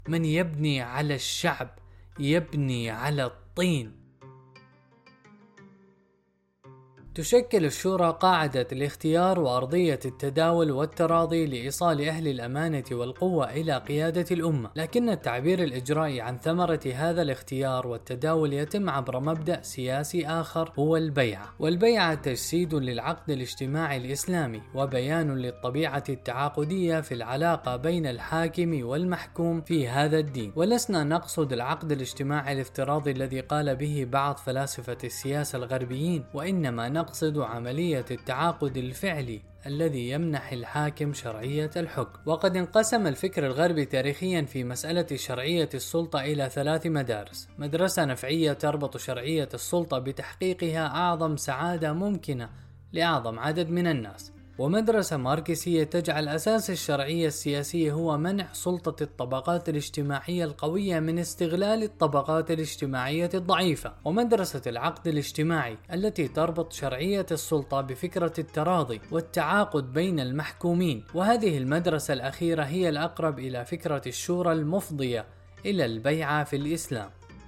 من يبني على الشعب يبني على الطين. تشكل الشورى قاعدة الاختيار وأرضية التداول والتراضي لإيصال أهل الأمانة والقوة إلى قيادة الأمة، لكن التعبير الإجرائي عن ثمرة هذا الاختيار والتداول يتم عبر مبدأ سياسي آخر هو البيعة، والبيعة تجسيد للعقد الاجتماعي الإسلامي وبيان للطبيعة التعاقدية في العلاقة بين الحاكم والمحكوم في هذا الدين. ولسنا نقصد العقد الاجتماعي الافتراضي الذي قال به بعض فلاسفة السياسة الغربيين، وإنما نقصد عملية التعاقد الفعلي الذي يمنح الحاكم شرعية الحكم. وقد انقسم الفكر الغربي تاريخيا في مسألة شرعية السلطة إلى 3 مدارس: مدرسة نفعية تربط شرعية السلطة بتحقيقها أعظم سعادة ممكنة لأعظم عدد من الناس، ومدرسة ماركسية تجعل أساس الشرعية السياسية هو منع سلطة الطبقات الاجتماعية القوية من استغلال الطبقات الاجتماعية الضعيفة، ومدرسة العقد الاجتماعي التي تربط شرعية السلطة بفكرة التراضي والتعاقد بين المحكومين. وهذه المدرسة الأخيرة هي الأقرب إلى فكرة الشورى المفضية إلى البيعة في الإسلام.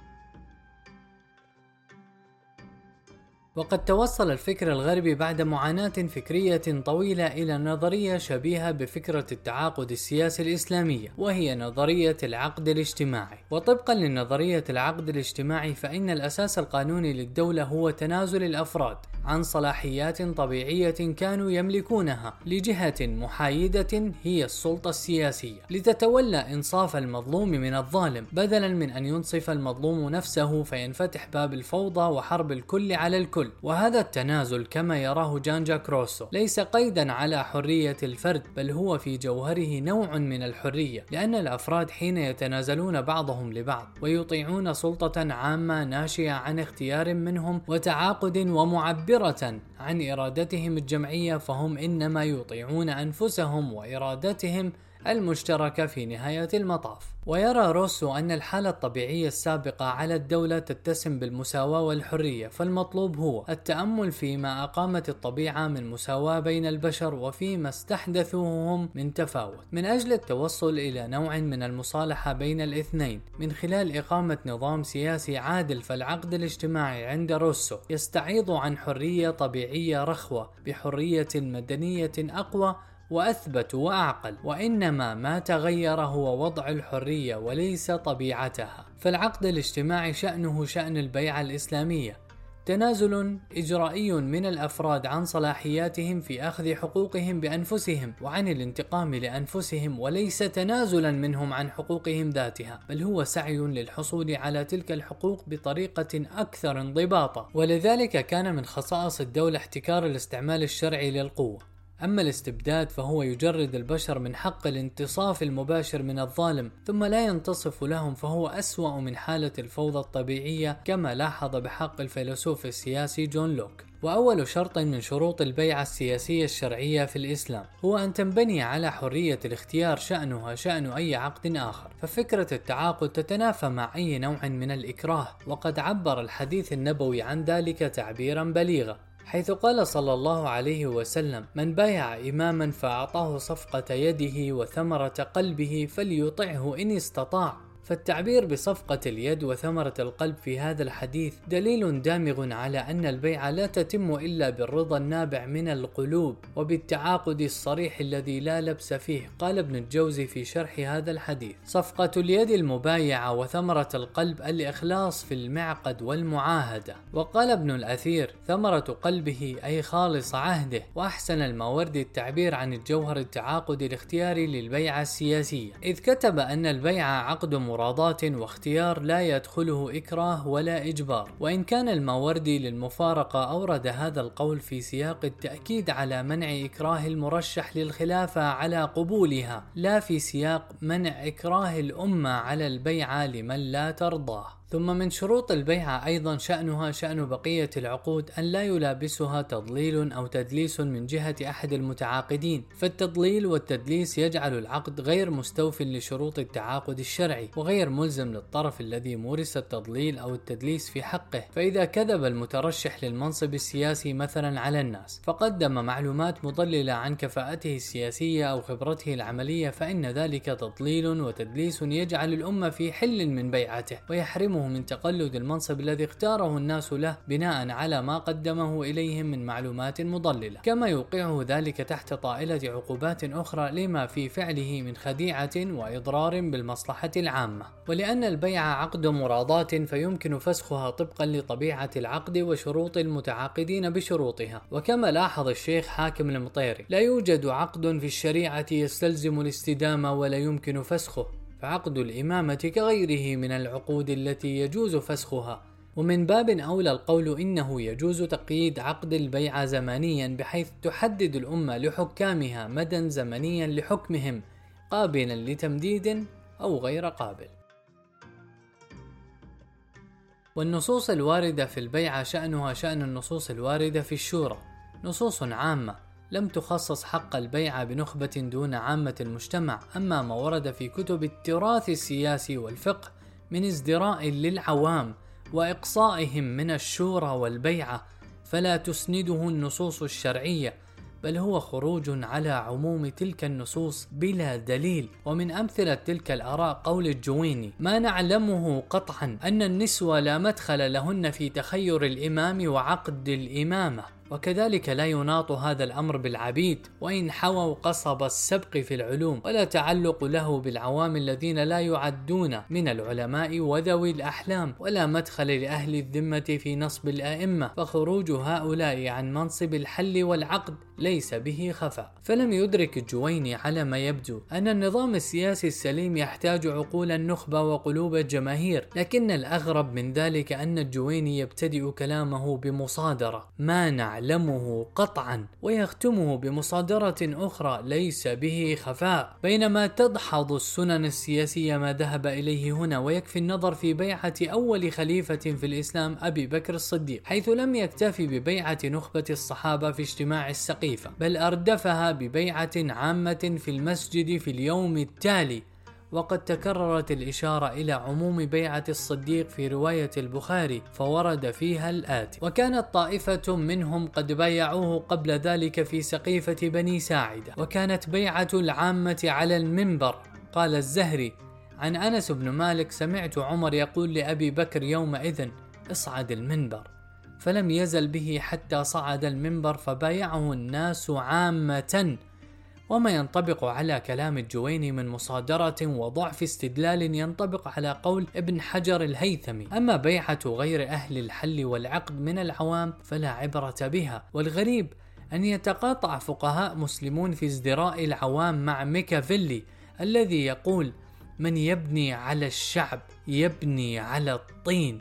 وقد توصل الفكر الغربي بعد معاناة فكرية طويلة إلى نظرية شبيهة بفكرة التعاقد السياسي الإسلامية، وهي نظرية العقد الاجتماعي. وطبقا لنظرية العقد الاجتماعي فإن الأساس القانوني للدولة هو تنازل الأفراد عن صلاحيات طبيعية كانوا يملكونها لجهة محايدة هي السلطة السياسية، لتتولى إنصاف المظلوم من الظالم بدلا من أن ينصف المظلوم نفسه فينفتح باب الفوضى وحرب الكل على الكل. وهذا التنازل كما يراه جان جاك روسو ليس قيدا على حرية الفرد، بل هو في جوهره نوع من الحرية، لأن الأفراد حين يتنازلون بعضهم لبعض ويطيعون سلطة عامة ناشئة عن اختيار منهم وتعاقد ومعبرة عن إرادتهم الجمعية، فهم إنما يطيعون أنفسهم وإرادتهم المشتركة في نهاية المطاف. ويرى روسو أن الحالة الطبيعية السابقة على الدولة تتسم بالمساواة والحرية، فالمطلوب هو التأمل فيما أقامت الطبيعة من مساواة بين البشر وفيما استحدثوه هم من تفاوت، من أجل التوصل إلى نوع من المصالحة بين الاثنين من خلال إقامة نظام سياسي عادل. فالعقد الاجتماعي عند روسو يستعيض عن حرية طبيعية رخوة بحرية مدنية أقوى وأثبت وأعقل، وإنما ما تغير هو وضع الحرية وليس طبيعتها. فالعقد الاجتماعي شأنه شأن البيعة الإسلامية، تنازل إجرائي من الأفراد عن صلاحياتهم في أخذ حقوقهم بأنفسهم وعن الانتقام لأنفسهم، وليس تنازلا منهم عن حقوقهم ذاتها، بل هو سعي للحصول على تلك الحقوق بطريقة أكثر انضباطا. ولذلك كان من خصائص الدولة احتكار الاستعمال الشرعي للقوة. أما الاستبداد فهو يجرد البشر من حق الانتصاف المباشر من الظالم ثم لا ينتصف لهم، فهو أسوأ من حالة الفوضى الطبيعية كما لاحظ بحق الفيلسوف السياسي جون لوك. وأول شرط من شروط البيعة السياسية الشرعية في الإسلام هو أن تنبني على حرية الاختيار شأنها شأن أي عقد آخر، ففكرة التعاقد تتنافى مع أي نوع من الإكراه، وقد عبر الحديث النبوي عن ذلك تعبيرا بليغا، حيث قال صلى الله عليه وسلم: من بايع إماما فأعطاه صفقة يده وثمرة قلبه فليطعه إن استطاع. فالتعبير بصفقة اليد وثمرة القلب في هذا الحديث دليل دامغ على أن البيعة لا تتم إلا بالرضا النابع من القلوب وبالتعاقد الصريح الذي لا لبس فيه. قال ابن الجوزي في شرح هذا الحديث: صفقة اليد المبايعة وثمرة القلب الإخلاص في المعقد والمعاهدة. وقال ابن الأثير: ثمرة قلبه أي خالص عهده. وأحسن الماوردي التعبير عن الجوهر التعاقد الاختياري للبيعة السياسية، إذ كتب أن البيعة عقد مراضاة واختيار لا يدخله إكراه ولا إجبار. وإن كان الماوردي للمفارقة أورد هذا القول في سياق التأكيد على منع إكراه المرشح للخلافة على قبولها، لا في سياق منع إكراه الأمة على البيعة لمن لا ترضاه. ثم من شروط البيعة أيضا شأنها شأن بقية العقود أن لا يلابسها تضليل أو تدليس من جهة أحد المتعاقدين، فالتضليل والتدليس يجعل العقد غير مستوف لشروط التعاقد الشرعي وغير ملزم للطرف الذي مورس التضليل أو التدليس في حقه. فإذا كذب المترشح للمنصب السياسي مثلا على الناس فقدم معلومات مضللة عن كفاءته السياسية أو خبرته العملية، فإن ذلك تضليل وتدليس يجعل الأمة في حل من بيعته ويحرمه من تقلد المنصب الذي اختاره الناس له بناء على ما قدمه إليهم من معلومات مضللة، كما يوقعه ذلك تحت طائلة عقوبات أخرى لما في فعله من خديعة وإضرار بالمصلحة العامة. ولأن البيع عقد مراضاة فيمكن فسخها طبقا لطبيعة العقد وشروط المتعاقدين بشروطها. وكما لاحظ الشيخ حاكم المطيري: لا يوجد عقد في الشريعة يستلزم الاستدامة ولا يمكن فسخه، فعقد الإمامة كغيره من العقود التي يجوز فسخها. ومن باب أولى القول إنه يجوز تقييد عقد البيع زمنيا بحيث تحدد الأمة لحكامها مدى زمنيا لحكمهم قابلا لتمديد أو غير قابل. والنصوص الواردة في البيع شأنها شأن النصوص الواردة في الشورى، نصوص عامة لم تخصص حق البيع بنخبة دون عامة المجتمع. أما ما ورد في كتب التراث السياسي والفقه من ازدراء للعوام وإقصائهم من الشورى والبيعة فلا تسنده النصوص الشرعية، بل هو خروج على عموم تلك النصوص بلا دليل. ومن أمثلة تلك الآراء قول الجويني: ما نعلمه قطعا أن النسوة لا مدخل لهن في تخير الإمام وعقد الإمامة، وكذلك لا يناط هذا الأمر بالعبيد وإن حووا قصب السبق في العلوم، ولا تعلق له بالعوام الذين لا يعدون من العلماء وذوي الأحلام، ولا مدخل لأهل الذمة في نصب الأئمة، فخروج هؤلاء عن منصب الحل والعقد ليس به خفاء. فلم يدرك الجويني على ما يبدو أن النظام السياسي السليم يحتاج عقول النخبة وقلوب الجماهير، لكن الأغرب من ذلك أن الجويني يبتدئ كلامه بمصادرة ما نعلمه قطعا ويختمه بمصادرة أخرى ليس به خفاء، بينما تدحض السنن السياسية ما ذهب إليه هنا. ويكفي النظر في بيعة أول خليفة في الإسلام أبي بكر الصديق، حيث لم يكتفي ببيعة نخبة الصحابة في اجتماع السقيفة، بل أردفها ببيعة عامة في المسجد في اليوم التالي. وقد تكررت الإشارة إلى عموم بيعة الصديق في رواية البخاري، فورد فيها الآتي: وكانت طائفة منهم قد بايعوه قبل ذلك في سقيفة بني ساعدة، وكانت بيعة العامة على المنبر. قال الزهري عن أنس بن مالك: سمعت عمر يقول لأبي بكر يومئذ: اصعد المنبر، فلم يزل به حتى صعد المنبر فبايعه الناس عامة. وما ينطبق على كلام الجويني من مصادرة وضعف استدلال ينطبق على قول ابن حجر الهيثمي. أما بيعة غير أهل الحل والعقد من العوام فلا عبرة بها. والغريب أن يتقاطع فقهاء مسلمون في ازدراء العوام مع ميكافيلي الذي يقول: من يبني على الشعب يبني على الطين.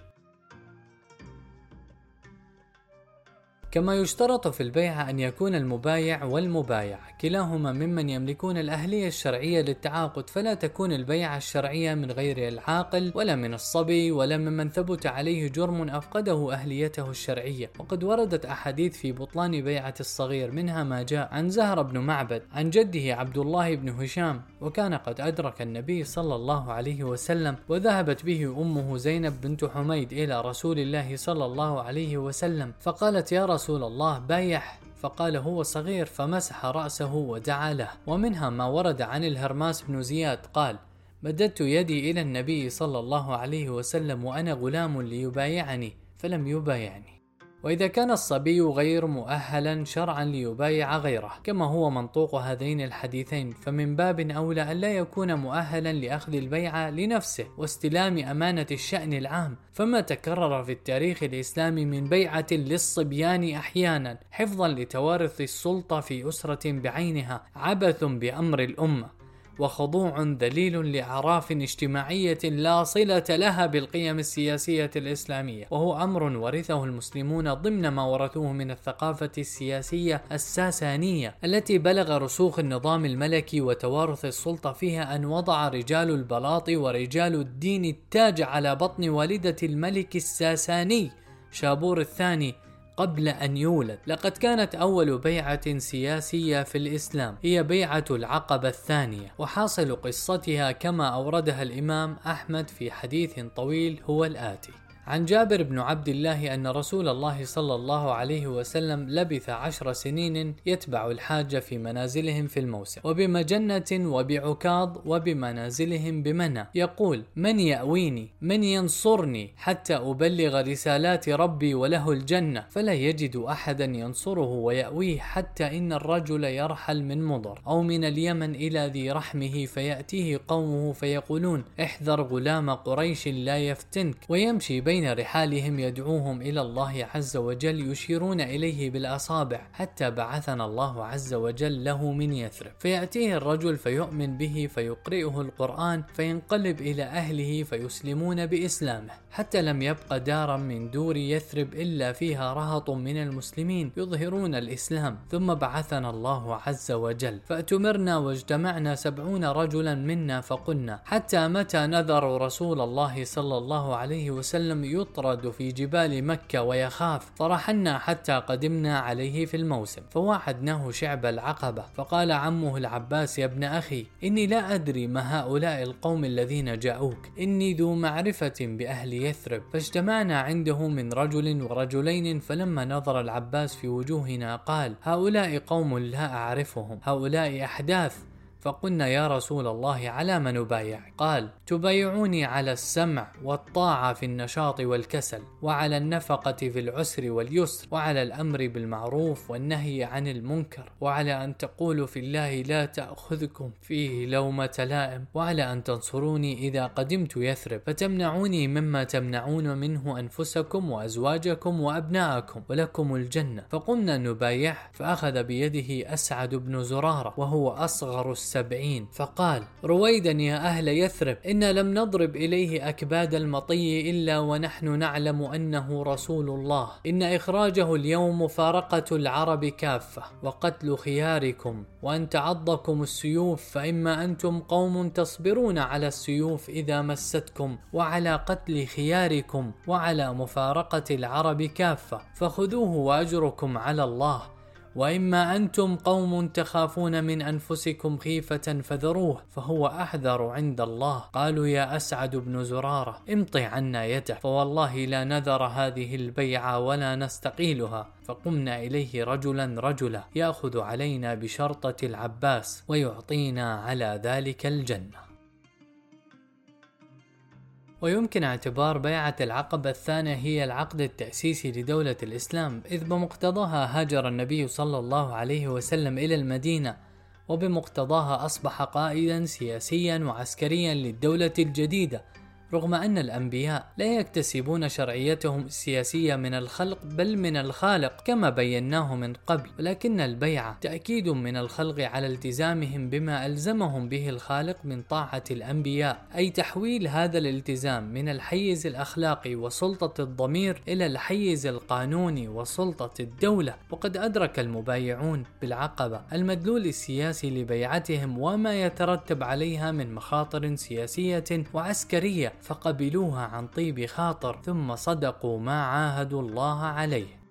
كما يشترط في البيعة أن يكون المبايع والمبايع كلاهما ممن يملكون الأهلية الشرعية للتعاقد، فلا تكون البيعة الشرعية من غير العاقل ولا من الصبي ولا ممن ثبت عليه جرم أفقده أهليته الشرعية. وقد وردت أحاديث في بطلان بيعة الصغير، منها ما جاء عن زهر بن معبد عن جده عبد الله بن هشام، وكان قد أدرك النبي صلى الله عليه وسلم، وذهبت به أمه زينب بنت حميد إلى رسول الله صلى الله عليه وسلم، فقالت: يا رسول الله بايح، فقال: هو صغير، فمسح رأسه ودعا له. ومنها ما ورد عن الهرماس بن زياد قال: مددت يدي إلى النبي صلى الله عليه وسلم وأنا غلام ليبايعني فلم يبايعني. وإذا كان الصبي غير مؤهلا شرعا ليبايع غيره كما هو منطوق هذين الحديثين، فمن باب أولى أن لا يكون مؤهلا لأخذ البيعة لنفسه واستلام أمانة الشأن العام. فما تكرر في التاريخ الإسلامي من بيعة للصبيان أحيانا حفظا لتوارث السلطة في أسرة بعينها عبث بأمر الأمة. وخضوع ذليل لأعراف اجتماعية لا صلة لها بالقيم السياسية الإسلامية، وهو أمر ورثه المسلمون ضمن ما ورثوه من الثقافة السياسية الساسانية التي بلغ رسوخ النظام الملكي وتوارث السلطة فيها أن وضع رجال البلاط ورجال الدين التاج على بطن والدة الملك الساساني شابور الثاني قبل أن يولد. لقد كانت أول بيعة سياسية في الإسلام هي بيعة العقبة الثانية، وحاصل قصتها كما أوردها الإمام أحمد في حديث طويل هو الآتي: عن جابر بن عبد الله أن رسول الله صلى الله عليه وسلم لبث 10 سنين يتبع الحاج في منازلهم في الموسم، وبمجنة وبعكاظ، وبمنازلهم بمنى، يقول: من يأويني، من ينصرني حتى أبلغ رسالات ربي وله الجنة، فلا يجد أحدا ينصره ويأويه، حتى إن الرجل يرحل من مضر أو من اليمن إلى ذي رحمه، فيأتيه قومه فيقولون: احذر غلام قريش لا يفتنك، ويمشي بين رحالهم يدعوهم إلى الله عز وجل، يشيرون إليه بالأصابع، حتى بعثنا الله عز وجل له من يثرب، فيأتيه الرجل فيؤمن به فيقرئه القرآن، فينقلب إلى أهله فيسلمون بإسلامه، حتى لم يبق دارا من دور يثرب إلا فيها رهط من المسلمين يظهرون الإسلام، ثم بعثنا الله عز وجل فأتمرنا واجتمعنا 70 رجلا منا، فقلنا: حتى متى نذر رسول الله صلى الله عليه وسلم يطرد في جبال مكة ويخاف؟ فرحلنا حتى قدمنا عليه في الموسم، فوعدناه شعب العقبة، فقال عمه العباس: يا ابن أخي، إني لا أدري ما هؤلاء القوم الذين جاءوك، إني ذو معرفة بأهل يثرب. فاجتمعنا عنده من رجل ورجلين، فلما نظر العباس في وجوهنا قال: هؤلاء قوم لا أعرفهم، هؤلاء أحداث. فقلنا: يا رسول الله، على ما نبايع؟ قال: تبايعوني على السمع والطاعة في النشاط والكسل، وعلى النفقة في العسر واليسر، وعلى الأمر بالمعروف والنهي عن المنكر، وعلى أن تقولوا في الله لا تأخذكم فيه لومة لائم، وعلى أن تنصروني إذا قدمت يثرب، فتمنعوني مما تمنعون منه أنفسكم وأزواجكم وأبناءكم، ولكم الجنة. فقمنا نبايع، فأخذ بيده أسعد بن زرارة وهو أصغر 70، فقال: رويدا يا أهل يثرب، إن لم نضرب إليه أكباد المطي إلا ونحن نعلم أنه رسول الله، إن إخراجه اليوم مفارقة العرب كافة، وقتل خياركم، وأن تعضكم السيوف، فإما أنتم قوم تصبرون على السيوف إذا مستكم، وعلى قتل خياركم، وعلى مفارقة العرب كافة، فخذوه وأجركم على الله، وإما أنتم قوم تخافون من أنفسكم خيفة فذروه، فهو أحذر عند الله. قالوا: يا أسعد بن زرارة، امط عنا يده، فوالله لا نذر هذه البيعة ولا نستقيلها. فقمنا إليه رجلا رجلا، يأخذ علينا بشرطة العباس ويعطينا على ذلك الجنة. ويمكن اعتبار بيعة العقبة الثانية هي العقد التأسيسي لدولة الإسلام، إذ بمقتضاها هاجر النبي صلى الله عليه وسلم إلى المدينة، وبمقتضاها أصبح قائدا سياسيا وعسكريا للدولة الجديدة، رغم أن الأنبياء لا يكتسبون شرعيتهم السياسية من الخلق بل من الخالق كما بيناه من قبل، ولكن البيعة تأكيد من الخلق على التزامهم بما ألزمهم به الخالق من طاعة الأنبياء، أي تحويل هذا الالتزام من الحيز الأخلاقي وسلطة الضمير إلى الحيز القانوني وسلطة الدولة. وقد أدرك المبايعون بالعقبة المدلول السياسي لبيعتهم وما يترتب عليها من مخاطر سياسية وعسكرية، فقبلوها عن طيب خاطر، ثم صدقوا ما عاهدوا الله عليه.